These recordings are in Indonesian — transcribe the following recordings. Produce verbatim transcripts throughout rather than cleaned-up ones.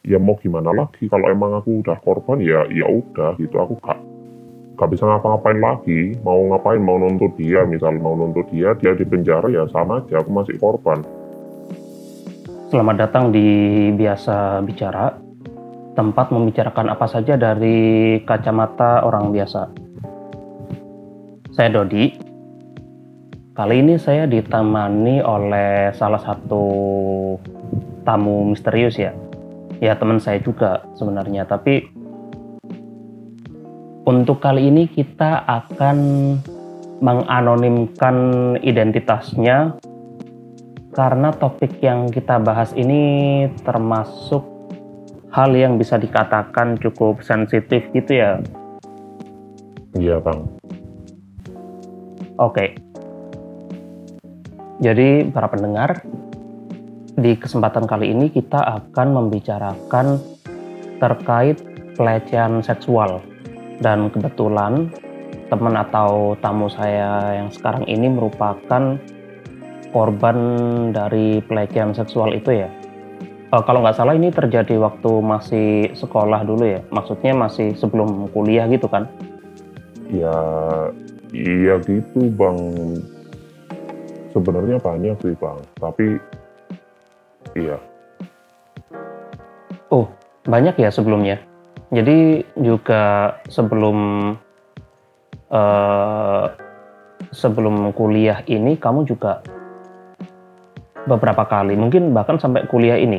ya mau gimana lagi, kalau emang aku udah korban ya ya udah gitu, aku gak gak bisa ngapa-ngapain lagi. Mau ngapain, mau nuntut dia, misal mau nuntut dia, dia di penjara ya sama aja, aku masih korban. Selamat datang di Biasa Bicara, tempat membicarakan apa saja dari kacamata orang biasa. Saya Dodi. Kali ini saya ditemani oleh salah satu tamu misterius ya. Ya teman saya juga sebenarnya, tapi untuk kali ini kita akan menganonimkan identitasnya karena topik yang kita bahas ini termasuk hal yang bisa dikatakan cukup sensitif gitu ya. Iya Bang. Oke. Jadi para pendengar, di kesempatan kali ini kita akan membicarakan terkait pelecehan seksual. Dan kebetulan teman atau tamu saya yang sekarang ini merupakan korban dari pelecehan seksual itu ya. Uh, kalau nggak salah ini terjadi waktu masih sekolah dulu ya, maksudnya masih sebelum kuliah gitu kan? Ya, iya gitu Bang. Sebenarnya banyak sih Bang, tapi iya. Oh, banyak ya sebelumnya. Jadi juga sebelum uh, sebelum kuliah ini kamu juga beberapa kali, mungkin bahkan sampai kuliah ini.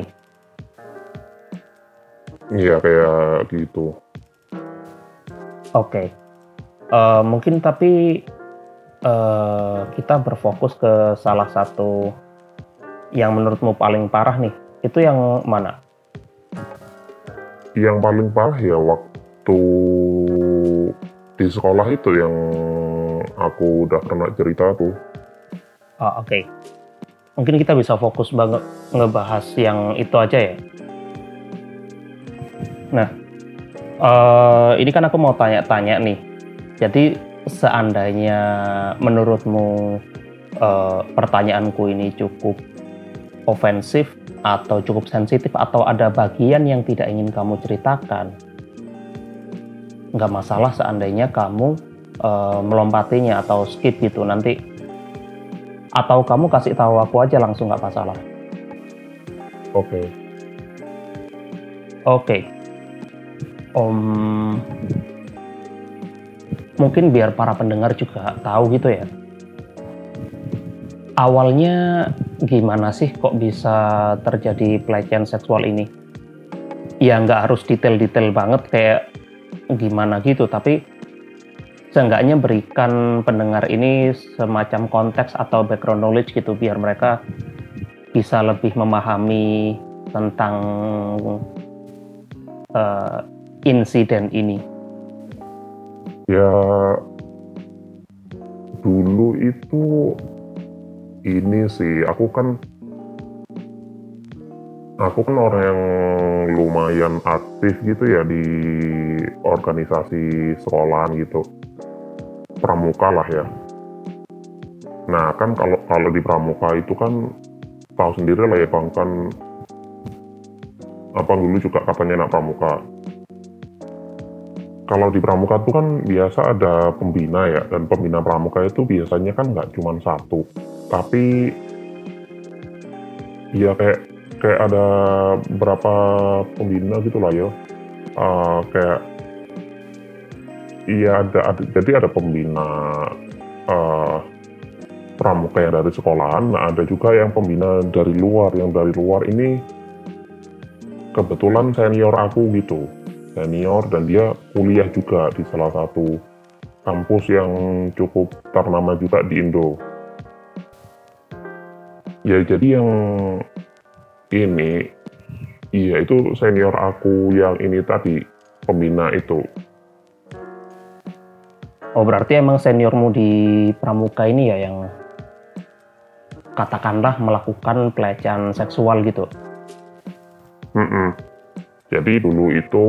Iya kayak gitu. Oke. Okay. Uh, mungkin tapi uh, kita berfokus ke salah satu yang menurutmu paling parah nih. Itu yang mana? Yang paling parah ya waktu di sekolah itu yang aku udah pernah cerita tuh. Oh, oke. Okay. Mungkin kita bisa fokus banget ngebahas yang itu aja ya. Nah, uh, ini kan aku mau tanya-tanya nih. Jadi seandainya menurutmu uh, pertanyaanku ini cukup ofensif atau cukup sensitif atau ada bagian yang tidak ingin kamu ceritakan, nggak masalah seandainya kamu uh, melompatinya atau skip gitu nanti, atau kamu kasih tahu aku aja langsung, nggak masalah. Oke. Okay. Oke. Okay. Om, mungkin biar para pendengar juga tahu gitu ya. Awalnya gimana sih kok bisa terjadi pelecehan seksual ini? Ya nggak harus detail-detail banget kayak gimana gitu, tapi seenggaknya berikan pendengar ini semacam konteks atau background knowledge gitu biar mereka bisa lebih memahami tentang uh, insiden ini. Ya dulu itu ini sih aku kan aku kan orang yang lumayan aktif gitu ya di organisasi sekolahan gitu, pramuka lah ya. Nah kan kalau kalau di pramuka itu kan tahu sendiri lah ya Bang, kan apa dulu juga katanya anak pramuka. Kalau di pramuka itu kan biasa ada pembina ya, dan pembina pramuka itu biasanya kan nggak cuma satu, tapi ya kayak kayak ada berapa pembina gitu lah ya. Uh, kayak iya ada, ada jadi ada pembina uh, pramuka yang dari sekolahan, nah ada juga yang pembina dari luar. Yang dari luar ini kebetulan senior aku gitu. Senior dan dia kuliah juga di salah satu kampus yang cukup ternama juga di Indo. Ya jadi yang ini, iya itu senior aku yang ini tadi, pembina itu. Oh berarti emang seniormu di pramuka ini ya yang katakanlah melakukan pelecehan seksual gitu? Mm-mm. Jadi dulu itu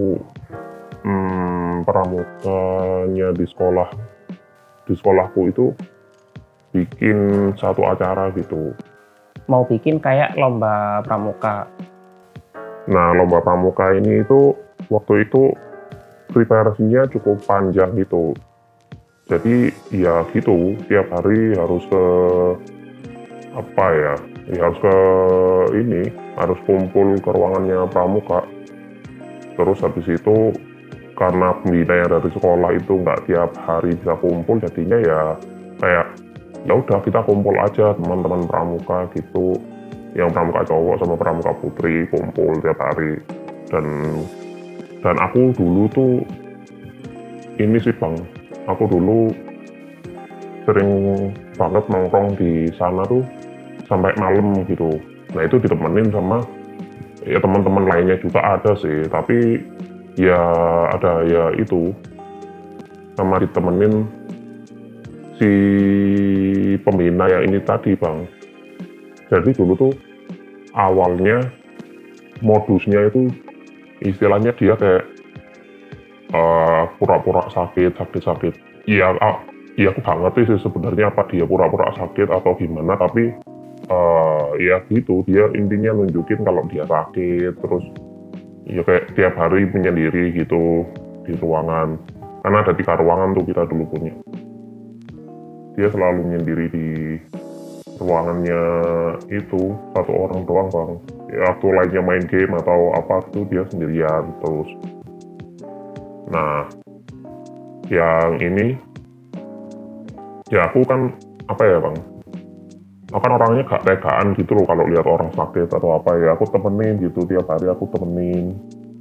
hmm, pramukanya di sekolah di sekolahku itu bikin satu acara gitu. Mau bikin kayak lomba pramuka? Nah, lomba pramuka ini itu waktu itu preparasinya cukup panjang gitu. Jadi ya gitu, tiap hari harus ke apa ya, ya harus ke ini, harus kumpul ke ruangannya pramuka. Terus habis itu karena pembina yang dari sekolah itu nggak tiap hari bisa kumpul, jadinya ya kayak ya udah kita kumpul aja teman-teman pramuka gitu, yang pramuka cowok sama pramuka putri kumpul tiap hari. Dan dan aku dulu tuh ini sih bang, aku dulu sering banget nongkrong di sana tuh sampai malam gitu. Nah itu ditemenin sama ya teman-teman lainnya juga ada sih, tapi ya ada ya itu sama ditemenin si pembina yang ini tadi bang. Jadi dulu tuh awalnya modusnya itu istilahnya dia kayak uh, pura-pura sakit, sakit-sakit. Iya, ah, iya aku gak ngerti sih sebenarnya apa dia pura-pura sakit atau gimana, tapi uh, ya gitu, dia intinya nunjukin kalau dia sakit, terus ya kayak tiap hari menyendiri gitu di ruangan. Karena ada tiga ruangan tuh kita dulu punya. Dia selalu menyendiri di ruangannya itu, satu orang doang bang. Ya, waktu lainnya main game atau apa itu dia sendirian terus. Nah, yang ini ya aku kan apa ya bang, aku kan orangnya gak tegaan gitu loh kalau lihat orang sakit atau apa, ya aku temenin gitu, tiap hari aku temenin.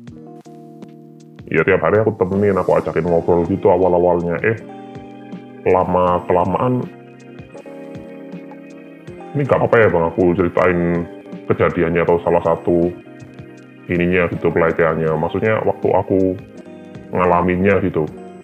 Ya tiap hari aku temenin, aku ajakin ngobrol gitu awal-awalnya. Eh lama kelamaan ini gak apa ya bang, aku ceritain kejadiannya atau salah satu ininya gitu, pelecehannya. Maksudnya waktu aku ngalaminnya gitu.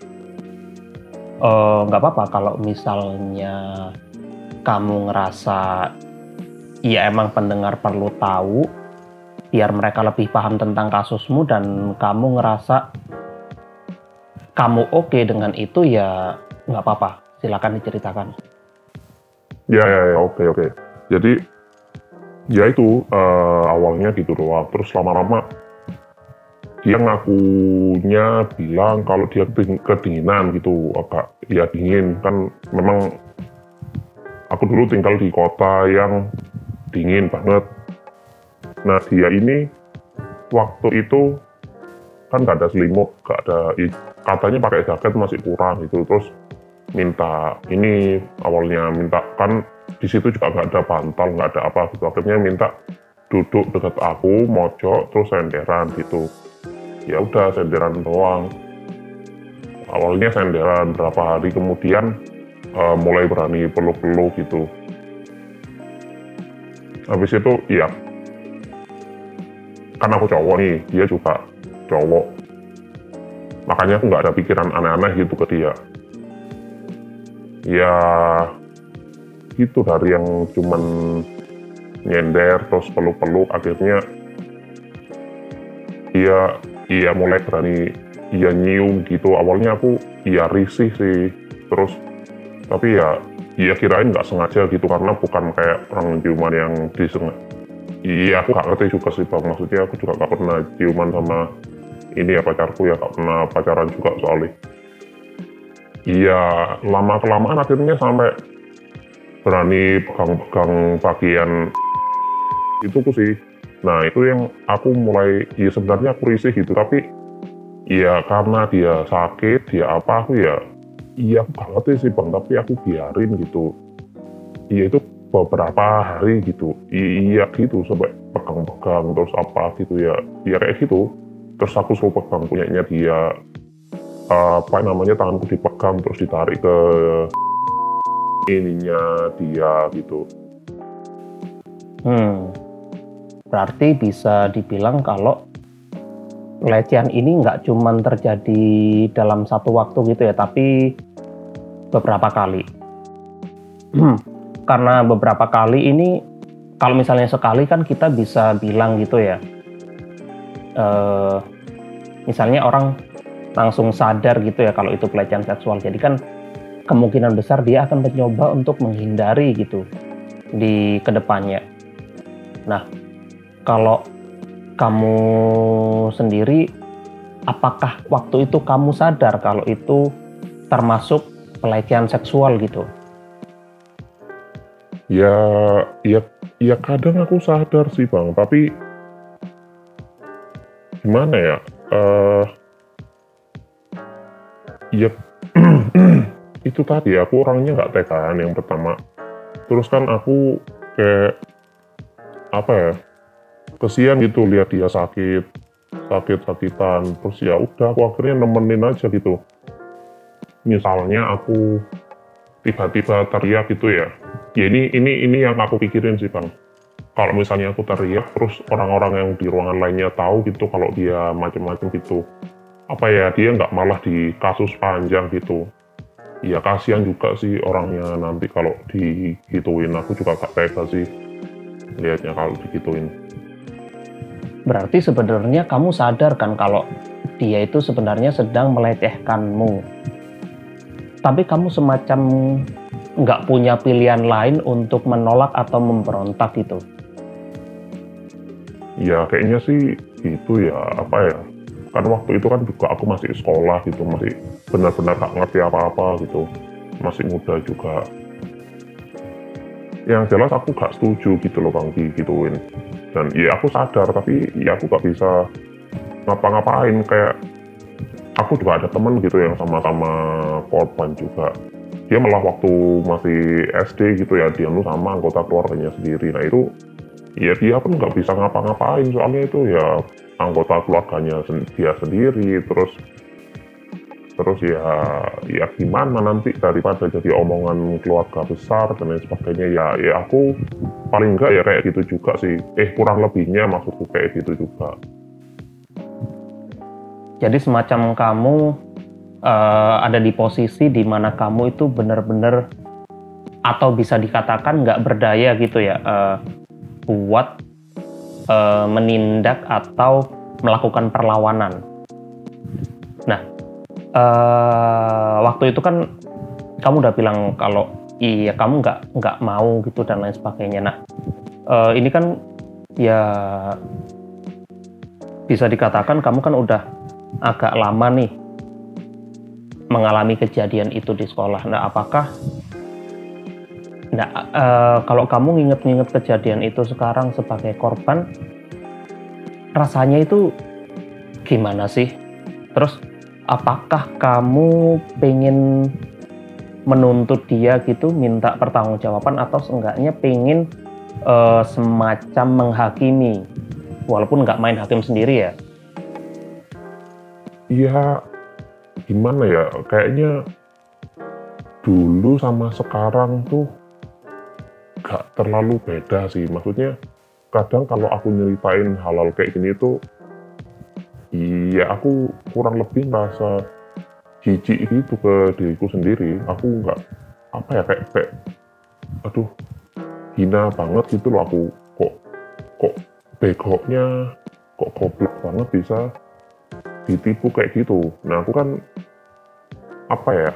Eh, nggak apa-apa kalau misalnya kamu ngerasa ya emang pendengar perlu tahu biar mereka lebih paham tentang kasusmu dan kamu ngerasa kamu oke dengan itu, ya nggak apa-apa, silakan diceritakan. Ya ya ya oke oke. Jadi ya itu uh, awalnya gitu doang. Terus lama-lama dia ngakunya bilang kalau dia kedinginan gitu, agak ya dingin kan. Memang aku dulu tinggal di kota yang dingin banget. Nah dia ini waktu itu kan gak ada selimut, gak ada, katanya pakai jaket masih kurang gitu. Terus minta ini, awalnya minta, kan di situ juga nggak ada bantal, nggak ada apa gitu. Akhirnya minta duduk dekat aku, mojok, terus senderan gitu. Ya udah senderan doang. Awalnya senderan, berapa hari kemudian uh, mulai berani peluk-peluk gitu. Habis itu iya, kan aku cowok nih, dia juga cowok. Makanya aku nggak ada pikiran aneh-aneh gitu ke dia. Ya itu dari yang cuman nyender terus peluk-peluk, akhirnya dia iya mulai berani iya nyium gitu. Awalnya aku iya risih sih, terus tapi ya iya kirain nggak sengaja gitu, karena bukan kayak orang ciuman yang disengaja. Iya aku gak ngerti juga sih bang, maksudnya aku juga gak pernah ciuman sama ini ya pacarku, ya gak pernah pacaran juga soalnya. Iya lama kelamaan akhirnya sampai berani pegang-pegang bagian itu ku sih. Nah itu yang aku mulai, ya sebenarnya aku risih gitu, tapi ya karena dia sakit, dia apa, aku ya iya aku gak ngerti sih bang, tapi aku biarin gitu. Iya itu beberapa hari gitu, I iya gitu sampai pegang-pegang terus apa gitu ya, ya kayak gitu. Terus aku suruh pegang punyanya dia, uh, apa namanya, tanganku dipegang terus ditarik ke ininya dia gitu. Hmm, berarti bisa dibilang kalau pelecehan ini nggak cuma terjadi dalam satu waktu gitu ya, tapi beberapa kali. Karena beberapa kali ini, kalau misalnya sekali kan kita bisa bilang gitu ya, uh, misalnya orang langsung sadar gitu ya kalau itu pelecehan seksual. Jadi kan kemungkinan besar dia akan mencoba untuk menghindari gitu di kedepannya. Nah, kalau kamu sendiri, apakah waktu itu kamu sadar kalau itu termasuk pelecehan seksual gitu? Ya, ya, ya kadang aku sadar sih Bang, tapi gimana ya? Eh, ya itu tadi aku orangnya nggak tegaan yang pertama. Terus kan aku kayak apa ya? Kesian gitu lihat dia sakit, sakit-sakitan. Terus ya udah aku akhirnya nemenin aja gitu. Misalnya aku tiba-tiba teriak gitu ya. Ya ini ini ini yang aku pikirin sih Bang. Kalau misalnya aku teriak terus orang-orang yang di ruangan lainnya tahu gitu kalau dia macem-macem gitu, apa ya, dia nggak malah di kasus panjang gitu. Ya kasihan juga sih orangnya nanti kalau digituin. Aku juga gak tega sih lihatnya kalau digituin. Berarti sebenarnya kamu sadar kan kalau dia itu sebenarnya sedang melecehkanmu. Tapi kamu semacam nggak punya pilihan lain untuk menolak atau memberontak gitu. Ya kayaknya sih gitu ya, apa ya, kan waktu itu kan juga aku masih sekolah gitu, masih benar-benar gak ngerti apa-apa gitu, masih muda juga. Yang jelas aku gak setuju gitu loh Bang digituin. Dan ya aku sadar, tapi ya aku gak bisa ngapa-ngapain. Kayak aku juga ada temen gitu yang sama-sama korban juga. Dia malah waktu masih S D gitu ya, dia sama anggota keluarganya sendiri. Nah itu ya dia pun nggak bisa ngapa-ngapain, soalnya itu ya anggota keluarganya sen dia sendiri. Terus terus ya ya gimana nanti, daripada jadi omongan keluarga besar dan lain sebagainya. Ya ya aku paling enggak ya kayak gitu juga sih, eh kurang lebihnya maksudku kayak gitu juga. Jadi semacam kamu uh, ada di posisi di mana kamu itu benar-benar atau bisa dikatakan nggak berdaya gitu ya, uh, buat uh, menindak atau melakukan perlawanan. Nah, uh, waktu itu kan kamu udah bilang kalau iya kamu nggak nggak mau gitu dan lain sebagainya. Nah, uh, ini kan ya bisa dikatakan kamu kan udah agak lama nih mengalami kejadian itu di sekolah. Nah, apakah nah, uh, kalau kamu nginget-nginget kejadian itu sekarang sebagai korban, rasanya itu gimana sih? Terus apakah kamu pengen menuntut dia gitu, minta pertanggungjawaban, atau seenggaknya pengen uh, semacam menghakimi, walaupun nggak main hakim sendiri ya? Iya, gimana ya, kayaknya dulu sama sekarang tuh gak terlalu beda sih. Maksudnya kadang kalau aku nyeritain hal-hal kayak gini tuh, iya aku kurang lebih merasa jijik gitu ke diriku sendiri. Aku nggak, apa ya, kayak, kayak aduh hina banget gitu loh. Aku kok kok begoknya, kok goblok banget bisa ditipu kayak gitu. Nah aku kan apa ya,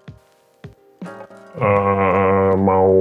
uh, mau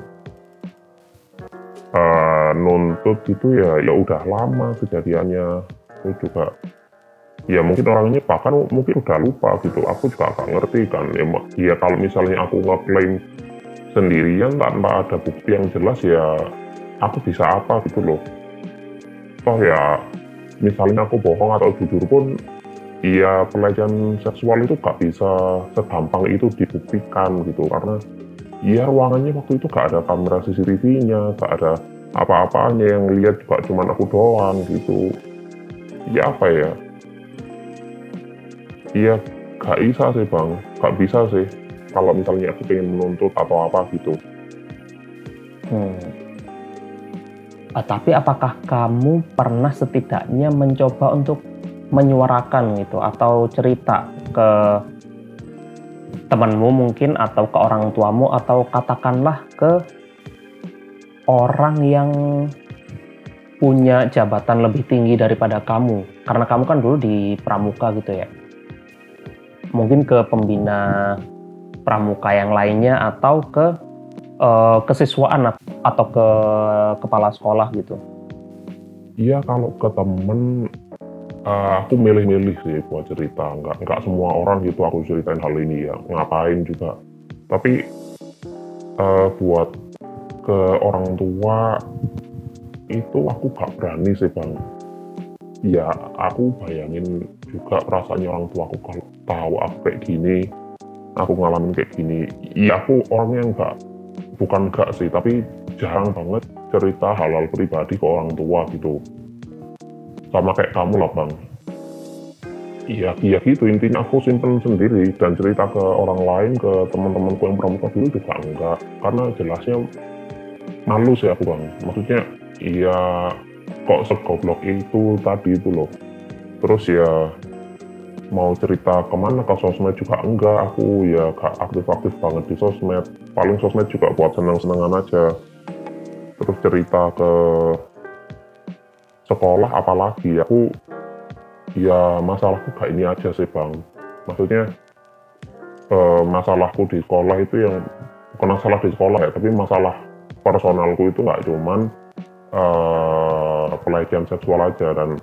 uh, nuntut gitu ya, ya udah lama kejadiannya. Aku juga ya mungkin orangnya bahkan mungkin udah lupa gitu. Aku juga gak ngerti kan ya, ya kalau misalnya aku ngeklaim sendirian tanpa ada bukti yang jelas, ya aku bisa apa gitu loh. Toh ya misalnya aku bohong atau jujur pun, iya pelecehan seksual itu gak bisa segampang itu dibuktikan gitu. Karena ya ruangannya waktu itu gak ada kamera C C T V-nya, gak ada apa-apanya, yang lihat juga cuma aku doang gitu. Ya apa ya, iya gak bisa sih Bang, gak bisa sih kalau misalnya aku pengen menuntut atau apa gitu. Hmm. Ah, tapi apakah kamu pernah setidaknya mencoba untuk menyuarakan gitu atau cerita ke temanmu mungkin, atau ke orang tuamu, atau katakanlah ke orang yang punya jabatan lebih tinggi daripada kamu, karena kamu kan dulu di pramuka gitu ya, mungkin ke pembina pramuka yang lainnya, atau ke uh, kesiswaan atau ke kepala sekolah gitu? Iya kalau ke temen, uh, aku milih-milih sih buat cerita, nggak nggak semua orang gitu aku ceritain hal ini ya, ngapain juga. Tapi uh, buat ke orang tua itu aku gak berani sih bang. Ya aku bayangin juga perasaannya orang tua aku kalau tahu aku kayak gini, aku ngalamin kayak gini. Iya aku orangnya nggak, bukan nggak sih, tapi jarang banget cerita hal-hal pribadi ke orang tua gitu. Sama kayak kamu lah bang. Iya, iya gitu intinya aku simpen sendiri dan cerita ke orang lain, ke teman-temanku yang pramuka dulu juga enggak, karena jelasnya malu sih aku bang. Maksudnya iya kok segoblok itu tadi itu loh. Terus ya mau cerita kemana, ke sosmed juga enggak, aku ya gak aktif-aktif banget di sosmed, paling sosmed juga buat seneng-senengan aja. Terus cerita ke sekolah apalagi, aku ya masalahku kayak ini aja sih bang. Maksudnya eh, masalahku di sekolah itu yang bukan masalah di sekolah ya, tapi masalah personalku itu nggak cuman eh, pelecehan seksual aja. Dan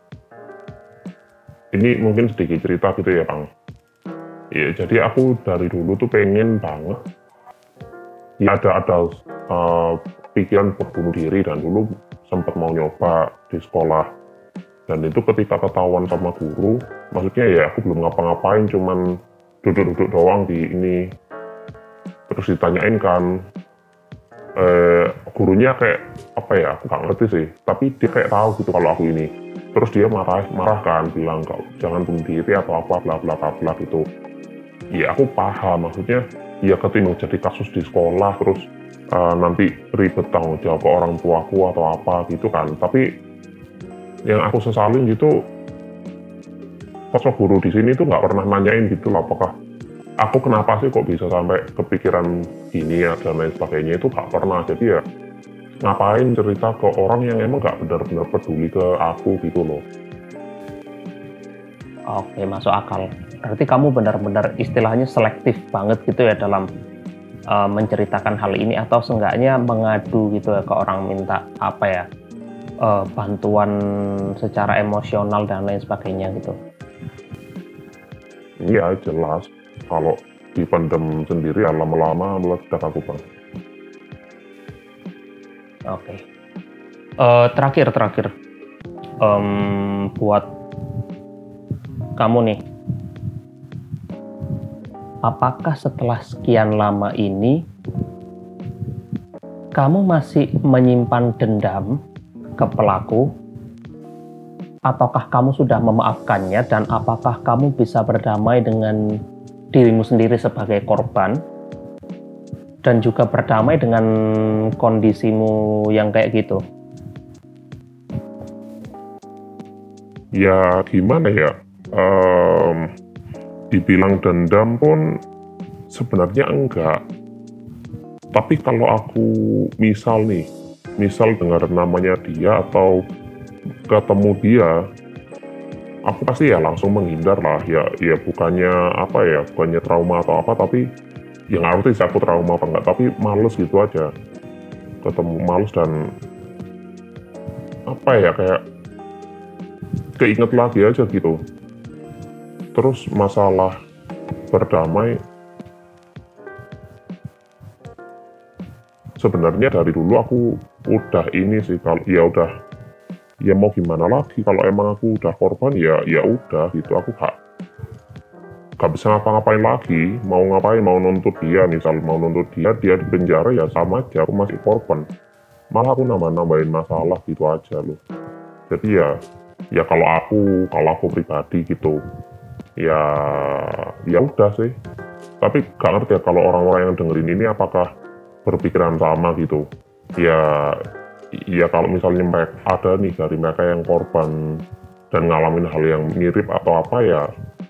ini mungkin sedikit cerita gitu ya bang. Ya jadi aku dari dulu tuh pengen banget ya ada ada uh, pikiran buat bunuh diri, dan dulu sempat mau nyoba di sekolah. Dan itu ketika ketahuan sama guru, maksudnya ya aku belum ngapa-ngapain, cuman duduk-duduk doang di ini. Terus ditanyain kan, eh, gurunya kayak apa ya, aku gak ngerti sih, tapi dia kayak tahu gitu kalau aku ini. Terus dia marah, marah kan, bilang kau jangan bunuh diri atau apa bla bla bla bla gitu. Ya aku paham, maksudnya ya ketimbang jadi kasus di sekolah terus uh, nanti ribet tanggung jawab ke orang tuaku atau apa gitu kan. Tapi yang aku sesalin gitu, sosok guru di sini tuh nggak pernah nanyain gitu loh, apakah aku kenapa sih kok bisa sampai kepikiran gini ya dan lain sebagainya, itu nggak pernah. Jadi ya ngapain cerita ke orang yang emang nggak benar-benar peduli ke aku gitu loh. Oke, masuk akal. Berarti kamu benar-benar istilahnya selektif banget gitu ya dalam uh, menceritakan hal ini, atau seenggaknya mengadu gitu ya ke orang, minta apa ya, uh, bantuan secara emosional dan lain sebagainya gitu. Iya jelas, kalau dipendam sendiri ya lama-lama meledak aku bang. Oke. Uh, terakhir terakhir um, buat kamu nih, apakah setelah sekian lama ini kamu masih menyimpan dendam ke pelaku, ataukah kamu sudah memaafkannya, dan apakah kamu bisa berdamai dengan dirimu sendiri sebagai korban dan juga berdamai dengan kondisimu yang kayak gitu? Ya gimana ya, um, dibilang dendam pun sebenarnya enggak. Tapi kalau aku misal nih, misal dengar namanya dia atau ketemu dia, aku pasti ya langsung menghindar lah. Ya, ya bukannya apa ya, bukannya trauma atau apa, tapi ya nggak ngerti sih aku trauma apa enggak, tapi males gitu aja. Ketemu males dan apa ya, kayak keinget lagi aja gitu. Terus masalah berdamai, sebenarnya dari dulu aku udah ini sih, kalau ya udah, ya mau gimana lagi, kalau emang aku udah korban ya ya udah gitu, aku gak gak bisa ngapa-ngapain lagi. Mau ngapain, mau nuntut dia, misal mau nuntut dia dia di penjara ya sama aja aku masih korban, malah aku nambah-nambahin masalah gitu aja loh. Jadi ya ya kalau aku kalau aku pribadi gitu ya ya udah sih. Tapi gak ngerti ya kalau orang-orang yang dengerin ini apakah berpikiran sama gitu. Ya ya kalau misalnya mereka ada nih dari mereka yang korban dan ngalamin hal yang mirip atau apa, ya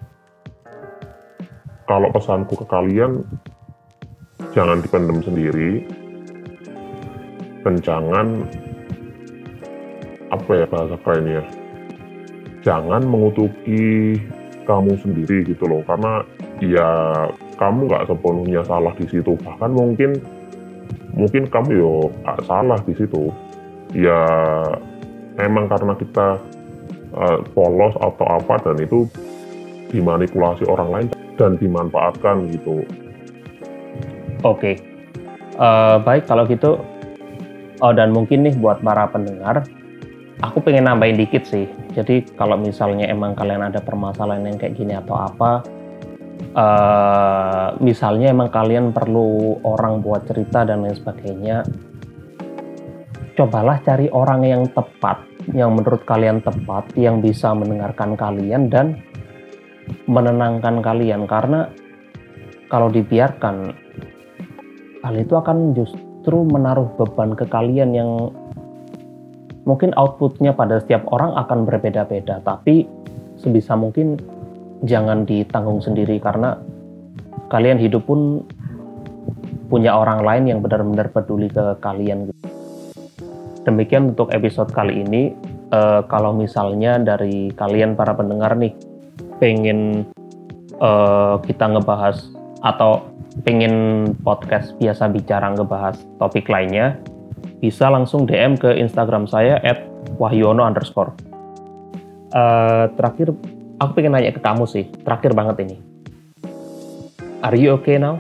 kalau pesanku ke kalian, jangan dipendam sendiri dan jangan apa ya bahasa kerennya, jangan mengutuki kamu sendiri gitu loh, karena ya kamu nggak sepenuhnya salah di situ. Bahkan mungkin mungkin kamu yo gak salah di situ. Ya emang karena kita uh, polos atau apa, dan itu dimanipulasi orang lain dan dimanfaatkan gitu. Oke, uh, baik kalau gitu. Oh, dan mungkin nih buat para pendengar, aku pengen nambahin dikit sih. Jadi kalau misalnya emang kalian ada permasalahan yang kayak gini atau apa, uh, misalnya emang kalian perlu orang buat cerita dan lain sebagainya, cobalah cari orang yang tepat, yang menurut kalian tepat, yang bisa mendengarkan kalian dan menenangkan kalian. Karena kalau dibiarkan, hal itu akan justru menaruh beban ke kalian yang mungkin outputnya pada setiap orang akan berbeda-beda. Tapi sebisa mungkin jangan ditanggung sendiri, karena kalian hidup pun punya orang lain yang benar-benar peduli ke kalian. Demikian untuk episode kali ini. Uh, kalau misalnya dari kalian para pendengar nih pengen uh, kita ngebahas atau pengen podcast biasa bicara ngebahas topik lainnya, bisa langsung D M ke Instagram saya at wahyono underscore. Uh, terakhir, aku pengen nanya ke kamu sih, terakhir banget ini. Are you okay now?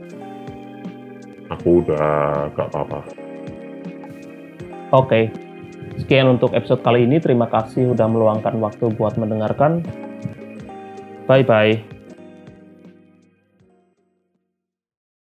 Aku udah gak apa-apa. Oke, okay. Sekian untuk episode kali ini. Terima kasih udah meluangkan waktu buat mendengarkan. Bye-bye.